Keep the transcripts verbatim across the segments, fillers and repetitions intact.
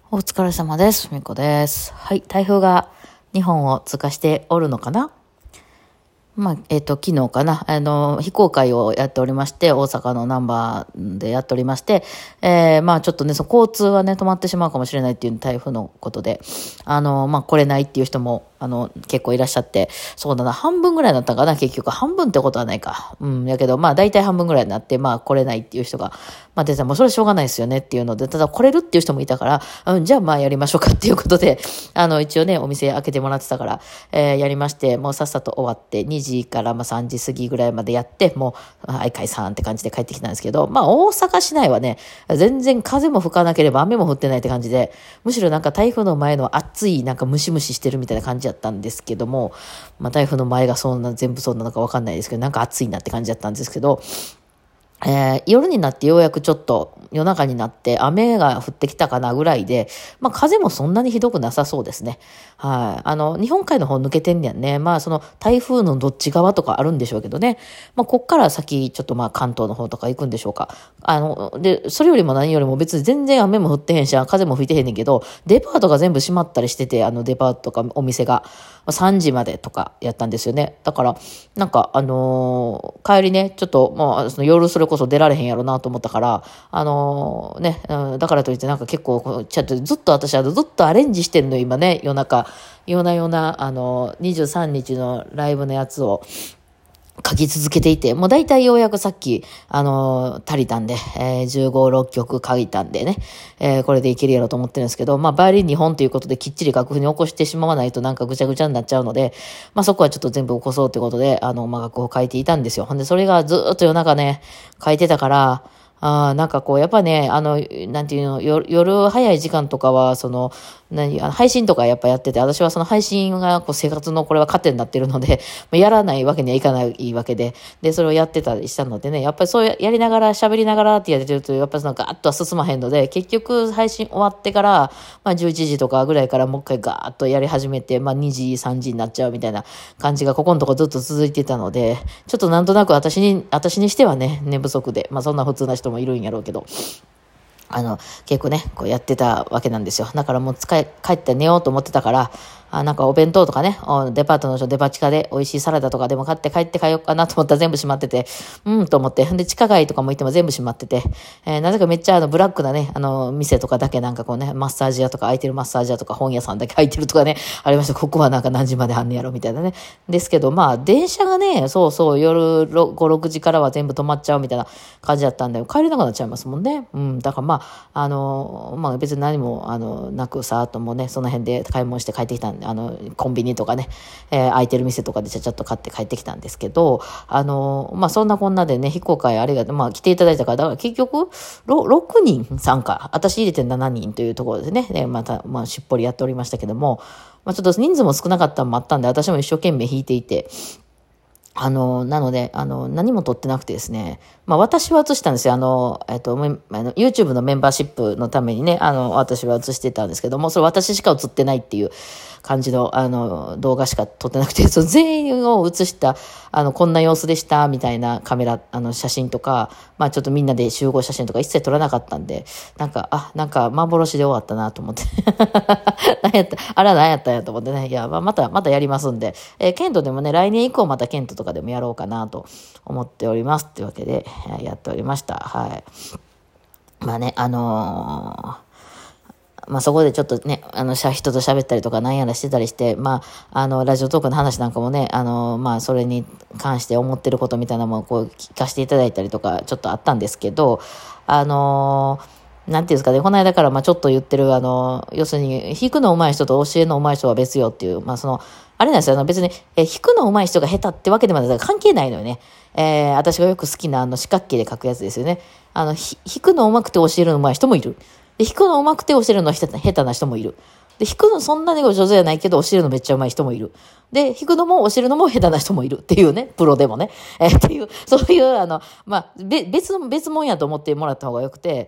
お疲れ様です。みこです。はい、台風が日本を通過しておるのかな。まあ、えっ、と、昨日かな、あの、非公開をやっておりまして、大阪のナンバーでやっておりまして、えー、まあ、ちょっとね、その交通はね、止まってしまうかもしれないっていう台風のことで、あの、まあ、来れないっていう人も、あの、結構いらっしゃって、そうだな、半分ぐらいだったかな、結局。半分ってことはないか。うん、やけど、まあ、大体半分ぐらいになって、まあ、来れないっていう人が、まあ、出て、もうそれはしょうがないですよねっていうので、ただ来れるっていう人もいたから、うん、じゃあまあ、やりましょうかっていうことで、あの、一応ね、お店開けてもらってたから、えー、やりまして、もうさっさと終わって、にじからまあさんじ過ぎぐらいまでやって、もう、はい、解散って感じで帰ってきたんですけど、まあ、大阪市内はね、全然風も吹かなければ雨も降ってないって感じで、むしろなんか台風の前の暑い、なんかムシムシしてるみたいな感じだったんですけども、まあ、台風の前がそんな、全部そんなのかわかんないですけど、なんか暑いなって感じだったんですけど、えー、夜になってようやくちょっと夜中になって雨が降ってきたかなぐらいで、まあ風もそんなにひどくなさそうですね。はい。あの、日本海の方抜けてんねやんね。まあその台風のどっち側とかあるんでしょうけどね。まあこっから先ちょっとまあ関東の方とか行くんでしょうか。あの、で、それよりも何よりも別に全然雨も降ってへんし、風も吹いてへんねんけど、デパートが全部閉まったりしてて、あのデパートとかお店がさんじまでとかやったんですよね。だから、なんかあのー帰りね、ちょっとまあその夜それこそ出られへんやろなと思ったから、あのー、ね、うん、だからといってなんか結構、ちょっとずっと私はずっとアレンジしてんの今ね、夜中、夜な夜な、あのー、にじゅうさんにちのライブのやつを、書き続けていて、もう大体ようやくさっき、あのー足りたんで、えー、じゅうご、ろっきょく書いたんでね、えーこれでいけるやろうと思ってるんですけど、まあ、バイオリンにほんということできっちり楽譜に起こしてしまわないとなんかぐちゃぐちゃになっちゃうので、まあ、そこはちょっと全部起こそうってことで、あの、まあ、楽譜を書いていたんですよ。ほんで、それがずーっと夜中ね、書いてたから、ああ、なんかこう、やっぱね、あの、なんていうの、夜、夜早い時間とかは、その、何、あの配信とかやっぱやってて、私はその配信がこう生活のこれは糧になってるので、まあやらないわけにはいかないわけで、で、それをやってたりしたのでね、やっぱりそうややりながら、喋りながらってやってると、やっぱりそのガーッとは進まへんので、結局配信終わってから、まあじゅういちじとかぐらいからもう一回ガーッとやり始めて、まあにじ、さんじになっちゃうみたいな感じがここのとこずっと続いてたので、ちょっとなんとなく私に、私にしてはね、寝不足で、まあそんな普通な人もいるんやろうけど、あの、結構ね、こうやってたわけなんですよ。だからもう使い、帰って寝ようと思ってたから、あなんかお弁当とかね、おデパートの人デパ地下で美味しいサラダとかでも買って帰って帰ようかなと思ったら全部閉まってて、うんと思って。で、地下街とかも行っても全部閉まってて、えーなぜかめっちゃあのブラックなね、あの、店とかだけなんかこうね、マッサージ屋とか空いてるマッサージ屋とか本屋さんだけ空いてるとかね、ありました。ここはなんか何時まであんねやろみたいなね。ですけど、まあ、電車がね、そうそう、夜ご、ろくじからは全部止まっちゃうみたいな感じだったんで、帰れなくなっちゃいますもんね。うん、だからまあ、あの、まあ別に何も、あの、なくさ、あともね、その辺で買い物して帰ってきたんで、あの、コンビニとかね、えー空いてる店とかでちゃちゃっと買って帰ってきたんですけど、あの、まあそんなこんなでね、非公開ありがとう、まあ来ていただいたから、だから結局、ろろくにん参加、私入れてしちにんというところでね、ねまた、まあしっぽりやっておりましたけども、まあちょっと人数も少なかったのもあったんで、私も一生懸命弾いていて、あの、なので、あの、何も撮ってなくてですね。まあ、私は映したんですよ。あの、えっと、めあの YouTube のメンバーシップのためにね、あの、私は映してたんですけども、それ私しか映ってないっていう感じの、あの、動画しか撮ってなくて、その全員を映した、あの、こんな様子でした、みたいなカメラ、あの、写真とか、まあ、ちょっとみんなで集合写真とか一切撮らなかったんで、なんか、あ、なんか、幻で終わったなと思って。何やった、あれは何やったんやと思ってね。いや、まあ、また、またやりますんで、えーケントでもね、来年以降またケントとかでもやろうかなと思っております。というわけで、えーやっておりました。はい。まあね、あのーまあそこでちょっとね、あの、しゃ人と喋ったりとかなんやらしてたりして、まあ、あの、ラジオトークの話なんかもね、あの、まあそれに関して思ってることみたいなのもこう聞かせていただいたりとかちょっとあったんですけど、あのなんていうんですかね、この間からまあちょっと言ってる、あの、要するに、弾くの上手い人と教えの上手い人は別よっていう、まあその、あれなんですよ、あの別に、え、弾くの上手い人が下手ってわけでもないから関係ないのよね。えー、私がよく好きなあの四角形で書くやつですよね。あの、ひ弾くの上手くて教えるの上手い人もいる。で、弾くの上手くて教えるの下手下手な人もいる。で、弾くのそんなに上手じゃないけど教えるのめっちゃ上手い人もいる。で、弾くのも教えるのも下手な人もいるっていうね、プロでもね。えーっていう、そういう、あの、まあ、べ別の、別物やと思ってもらった方がよくて、う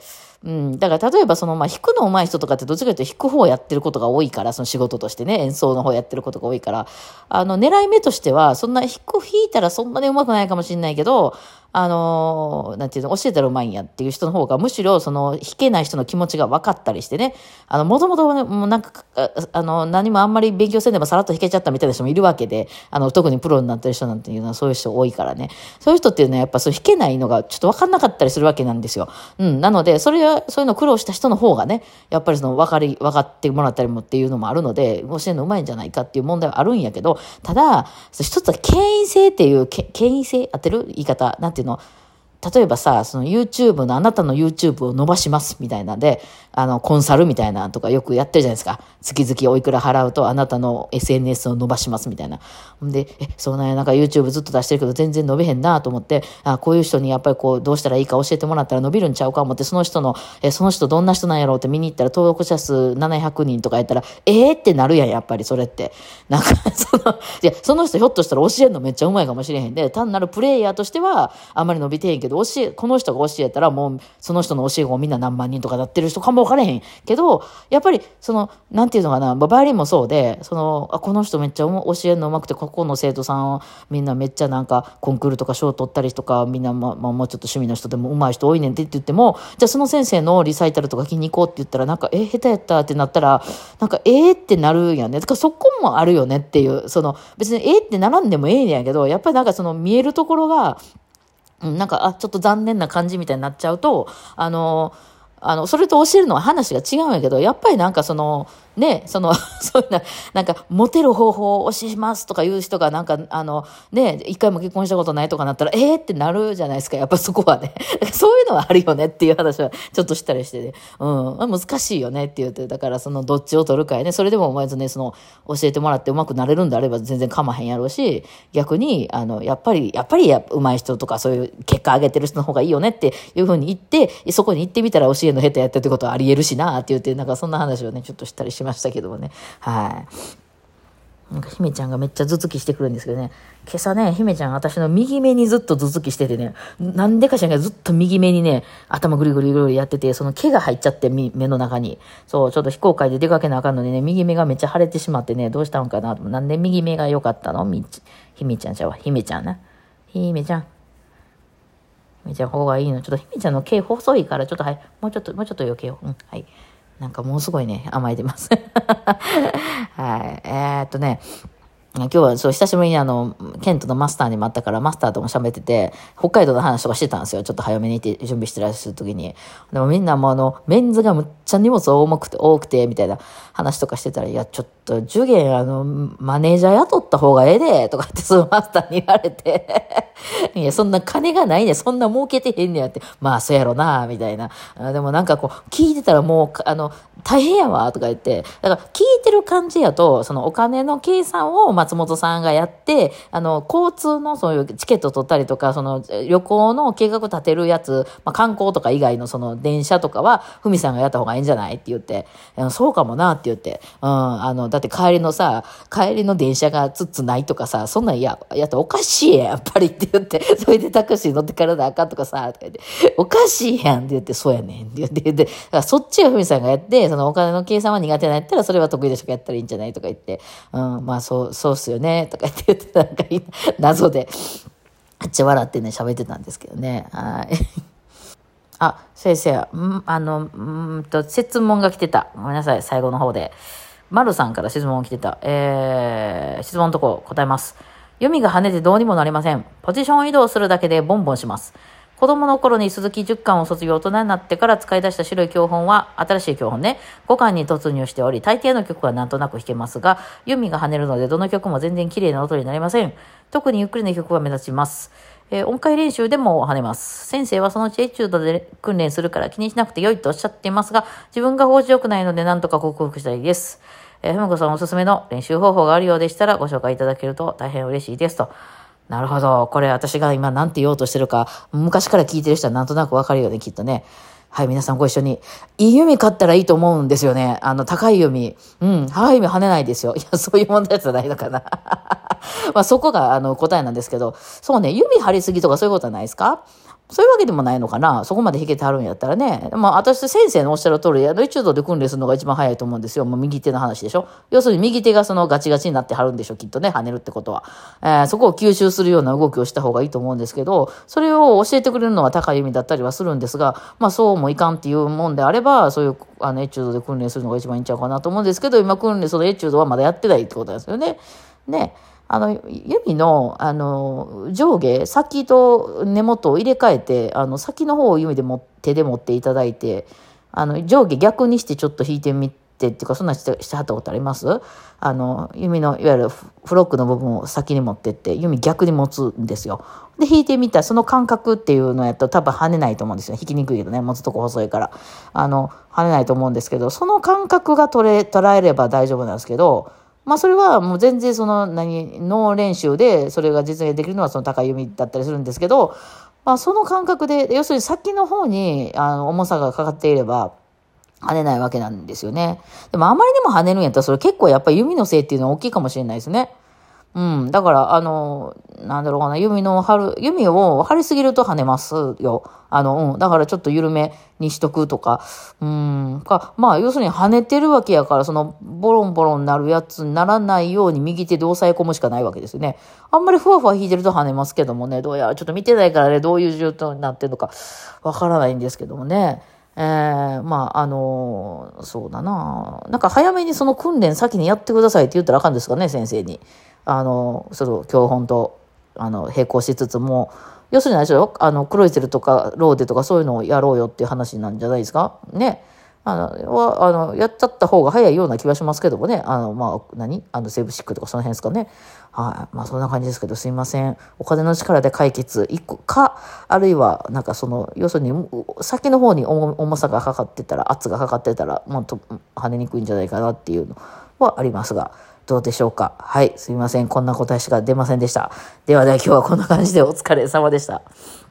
うん。だから例えばその、まあ、弾くの上手い人とかってどっちかというと弾く方をやってることが多いから、その仕事としてね、演奏の方やってることが多いから、あの、狙い目としては、そんな弾く、弾いたらそんなに上手くないかもしれないけど、あのーなんていうの、教えたらうまいんやっていう人の方が、むしろ、その、弾けない人の気持ちが分かったりしてね、あの、もともとね、もうなんか、ああの、何もあんまり勉強せんでもさらっと弾けちゃったみたいな人もいるわけで、あの、特にプロになってる人なんていうのはそういう人多いからね。そういう人っていうのはやっぱそう弾けないのがちょっと分かんなかったりするわけなんですよ。うん。なので、それは、そういうの苦労した人の方がね、やっぱりその、分かり、分かってもらったりもっていうのもあるので、教えるのうまいんじゃないかっていう問題はあるんやけど、ただ、一つは権威性っていう、け権威性当てる言い方、なんていうの、例えばさ、その YouTube のあなたの YouTube を伸ばしますみたいなんで、あの、コンサルみたいなとかよくやってるじゃないですか。月々おいくら払うとあなたの エスエヌエス を伸ばしますみたいな。んで、え、そうなんや、なんか YouTube ずっと出してるけど全然伸びへんなと思って、あ、こういう人にやっぱりこう、どうしたらいいか教えてもらったら伸びるんちゃうか思って、その人の、え、その人どんな人なんやろうって見に行ったら登録者数ななひゃくにんとかやったら、えーってなるやん、やっぱりそれって。なんか、その、いや、その人ひょっとしたら教えるのめっちゃうまいかもしれへんで、単なるプレイヤーとしてはあんまり伸びてへんけど、教え、この人が教えたらもうその人の教え子をみんな何万人とかなってる人かも分からへんけど、やっぱりそのなんていうのかな、バイオリンもそうで、そのあこの人めっちゃ教えるのうまくて、ここの生徒さんをみんなめっちゃなんかコンクールとか賞取ったりとか、みんなま、まあ、もうちょっと趣味の人でも上手い人多いねんって言っても、じゃあその先生のリサイタルとか聞きに行こうって言ったら、なんかえ下手やったってなったらなんかえーってなるやんね。だからそこもあるよねっていう、その別にえーってならんでもええんやけど、やっぱりなんかその見えるところがうん、なんか、あ、ちょっと残念な感じみたいになっちゃうと、あの、あの、それと教えるのは話が違うんやけど、やっぱりなんかその、ね、その、そういうな、なんか、モテる方法を教えますとかいう人が、なんか、あの、ね、一回も結婚したことないとかなったら、えーってなるじゃないですか、やっぱそこはね。そういうのはあるよねっていう話は、ちょっとしたりしてね、うん、難しいよねって言って、だからその、どっちを取るかやね、それでもまずね、その、教えてもらって上手くなれるんであれば全然構わへんやろうし、逆に、あの、やっぱり、やっぱりや、上手い人とか、そういう結果上げてる人の方がいいよねっていうふうに言って、そこに行ってみたら教えの下手やったってことはあり得るしな、って言って、なんかそんな話をね、ちょっとしたりしましたけどもね。はい。なんか姫ちゃんがめっちゃ頭突きしてくるんですけどね。今朝ね、姫ちゃん私の右目にずっと頭突きしててね、なんでか知らんけどずっと右目にね、頭ぐりぐりぐりやってて、その毛が入っちゃって目の中に。そう、ちょっと非公開で出かけなあかんのにね、右目がめっちゃ腫れてしまってね、どうしたんかな。なんで右目が良かったのみち、姫ちゃんちゃうわ。姫ちゃんな。姫ちゃん。姫ちゃん方がいいの。ちょっと姫ちゃんの毛細いから、ちょっとはい、もうちょっと、もうちょっと余計を。うん、はい。なんかもうすごいね、甘えてます。はい。えー、っとね、今日はそう久しぶりにあの、ケントのマスターにも会ったから、マスターとも喋ってて、北海道の話とかしてたんですよ。ちょっと早めに行って準備してらっしゃる時に。でもみんなもうあの、メンズがむっちゃ荷物重くて、多くて、みたいな話とかしてたら、いや、ちょっと、ジュゲンあの、マネージャー雇った方がええで、とかってそのマスターに言われて、いや、そんな金がないね、そんな儲けてへんねやって、まあ、そうやろな、みたいな。でもなんかこう、聞いてたらもう、あの、大変やわ、とか言って、だから聞いてる感じやと、そのお金の計算を松本さんがやって、あの、交通のそういうチケット取ったりとか、その旅行の計画立てるやつ、まあ、観光とか以外のその電車とかは、ふみさんがやった方がいいんじゃないって言って、そうかもなって言って、うん、あの、だって帰りのさ、帰りの電車がつつないとかさ、そんなんや、やったらおかしいやん、やっぱりって言って、それでタクシー乗ってからなあかんとかさ、とか言って、おかしいやんって言って、そうやねんって言って、で、だからそっちはふみさんがやって、そのお金の計算は苦手なんやったら、それは得意でしょやったらいいんじゃないとか言って、うん、まあそう、そうっすよね、とか言って言って、なんか謎で、あっち笑ってね、喋ってたんですけどね。はい。あ、先生、んあの、んと、質問が来てた。ごめんなさい、最後の方で。丸さんから質問が来てた。えー、質問のとこ答えます。読みが跳ねてどうにもなりません。ポジション移動するだけでボンボンします。子供の頃に鈴木じゅっかんを卒業、大人になってから使い出した白い教本は、新しい教本ね、ごかんに突入しており、大抵の曲はなんとなく弾けますが、弓が跳ねるので、どの曲も全然綺麗な音になりません。特にゆっくりな曲が目立ちます。えー、音階練習でも跳ねます。先生はそのうちエチュードで訓練するから気にしなくてよいとおっしゃっていますが、自分が心地よくないのでなんとか克服したいです。えー、ふみこさんおすすめの練習方法があるようでしたらご紹介いただけると大変嬉しいですと。なるほど。これ私が今何て言おうとしてるか、昔から聞いてる人はなんとなくわかるよね、きっとね。はい、皆さんご一緒に。いい弓買ったらいいと思うんですよね。あの、高い弓。うん、高い弓跳ねないですよ。いや、そういう問題じゃないのかな。まあそこがあの答えなんですけど、そうね、弓張りすぎとかそういうことはないですか？ そういうわけでもないのかな。そこまで弾けてはるんやったらね。まあ、私、先生のおっしゃる通り、あの、エチュードで訓練するのが一番早いと思うんですよ。もう右手の話でしょ。要するに右手がそのガチガチになってはるんでしょ、きっとね、跳ねるってことは。えー、そこを吸収するような動きをした方がいいと思うんですけど、それを教えてくれるのは高い弓だったりはするんですが、まあ、そうもいかんっていうもんであれば、そういう、あの、エチュードで訓練するのが一番いいんちゃうかなと思うんですけど、今訓練、そのエチュードはまだやってないってことなんですよね。ね。あの、弓の、あの、上下、先と根元を入れ替えて、あの、先の方を弓でも、手で持っていただいて、あの、上下逆にしてちょっと引いてみてっていうか、そんなしてしてはったことあります？あの、弓の、いわゆるフロックの部分を先に持ってって、弓逆に持つんですよ。で、引いてみたら、その感覚っていうのやと多分跳ねないと思うんですよ。引きにくいけどね、持つとこ細いから。あの、跳ねないと思うんですけど、その感覚が取れ、捉えれば大丈夫なんですけど、まあそれはもう全然その何、脳練習でそれが実現できるのはその高い弓だったりするんですけど、まあその感覚で、要するに先の方にあの重さがかかっていれば跳ねないわけなんですよね。でもあまりにも跳ねるんやったらそれ結構やっぱり弓のせいっていうのは大きいかもしれないですね。うん。だから、あの、なんだろうかな、弓の張る、弓を張りすぎると跳ねますよ。あの、うん。だからちょっと緩めにしとくとか、うん。か、まあ、要するに跳ねてるわけやから、その、ボロンボロンなるやつにならないように右手で押さえ込むしかないわけですよね。あんまりふわふわ引いてると跳ねますけどもね、どうやらちょっと見てないからね、どういう状態になってるのかわからないんですけどもね。えー、まあ、あのー、そうだな。なんか早めにその訓練先にやってくださいって言ったらあかんですかね、先生に。あの、その教本と、あの、並行しつつも、要するに何でしょう、あの、クロイツェルとかローデとかそういうのをやろうよっていう話なんじゃないですかね。あの、は、あの、やっちゃった方が早いような気はしますけどもね。あの、まあ、何あの、セーブシックとかその辺ですかね。はい。まあ、そんな感じですけど、すいません。お金の力で解決、一個か、あるいは、なんかその、要するに、先の方に重さがかかってたら、圧がかかってたら、もっと跳ねにくいんじゃないかなっていうのはありますが、どうでしょうか。はい。すいません。こんな答えしか出ませんでした。ではでは今日はこんな感じでお疲れ様でした。